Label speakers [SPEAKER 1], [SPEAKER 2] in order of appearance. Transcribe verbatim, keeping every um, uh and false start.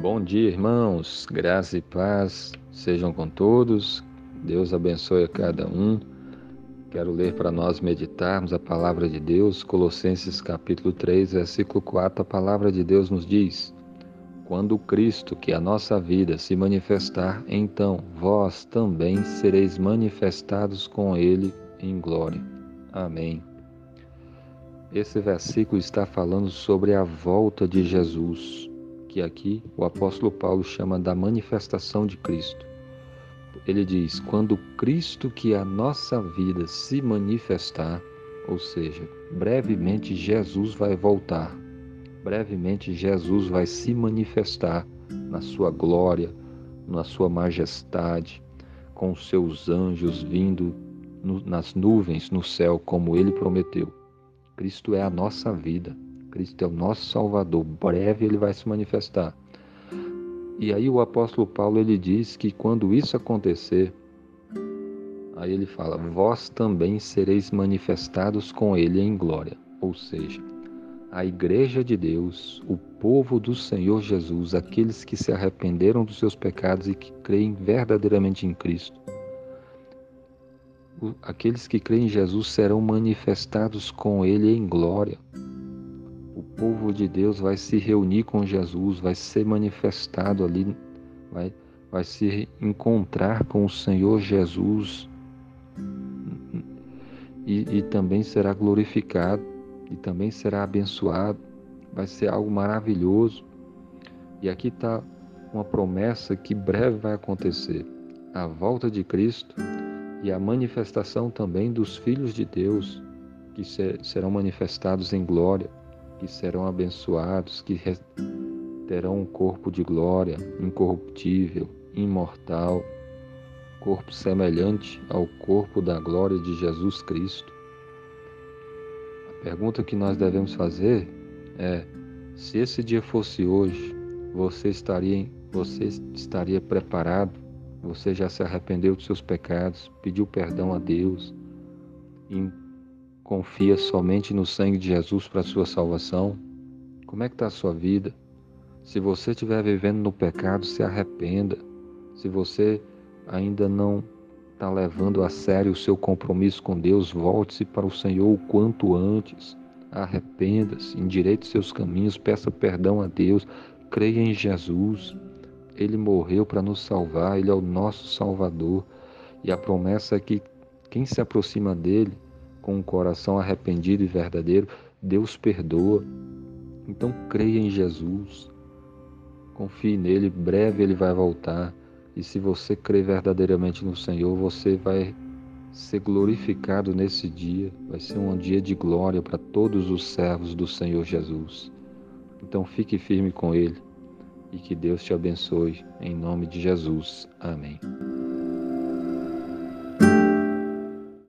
[SPEAKER 1] Bom dia, irmãos. Graça e paz sejam com todos. Deus abençoe a cada um. Quero ler para nós meditarmos a palavra de Deus, Colossenses capítulo três, versículo quatro. A palavra de Deus nos diz: Quando Cristo, que é a nossa vida, se manifestar, então vós também sereis manifestados com Ele em glória. Amém. Esse versículo está falando sobre a volta de Jesus, que aqui o apóstolo Paulo chama da manifestação de Cristo. Ele diz: quando Cristo, que é a nossa vida, se manifestar, ou seja, brevemente Jesus vai voltar, brevemente Jesus vai se manifestar na sua glória, na sua majestade, com os seus anjos vindo no, nas nuvens no céu, como ele prometeu. Cristo é a nossa vida, Cristo é o nosso Salvador, breve ele vai se manifestar. E aí o apóstolo Paulo ele diz que quando isso acontecer, aí ele fala, vós também sereis manifestados com ele em glória. Ou seja, a igreja de Deus, o povo do Senhor Jesus, aqueles que se arrependeram dos seus pecados e que creem verdadeiramente em Cristo, aqueles que creem em Jesus serão manifestados com ele em glória. O povo de Deus vai se reunir com Jesus, vai ser manifestado ali, vai, vai se encontrar com o Senhor Jesus e, e também será glorificado e também será abençoado. Vai ser algo maravilhoso. E aqui está uma promessa que breve vai acontecer: a volta de Cristo e a manifestação também dos filhos de Deus, que ser, serão manifestados em glória, que serão abençoados, que re, terão um corpo de glória, incorruptível, imortal, corpo semelhante ao corpo da glória de Jesus Cristo. A pergunta que nós devemos fazer é: se esse dia fosse hoje, você estaria, você estaria preparado? Você já se arrependeu dos seus pecados, pediu perdão a Deus e confia somente no sangue de Jesus para a sua salvação? Como é que está a sua vida? Se você estiver vivendo no pecado, se arrependa. Se você ainda não está levando a sério o seu compromisso com Deus, volte-se para o Senhor o quanto antes. Arrependa-se, endireite seus caminhos, peça perdão a Deus, creia em Jesus. Ele morreu para nos salvar, Ele é o nosso Salvador. E a promessa é que quem se aproxima dele com um coração arrependido e verdadeiro, Deus perdoa. Então creia em Jesus, confie nele, breve ele vai voltar. E se você crer verdadeiramente no Senhor, você vai ser glorificado nesse dia. Vai ser um dia de glória para todos os servos do Senhor Jesus. Então fique firme com ele e que Deus te abençoe, em nome de Jesus. Amém.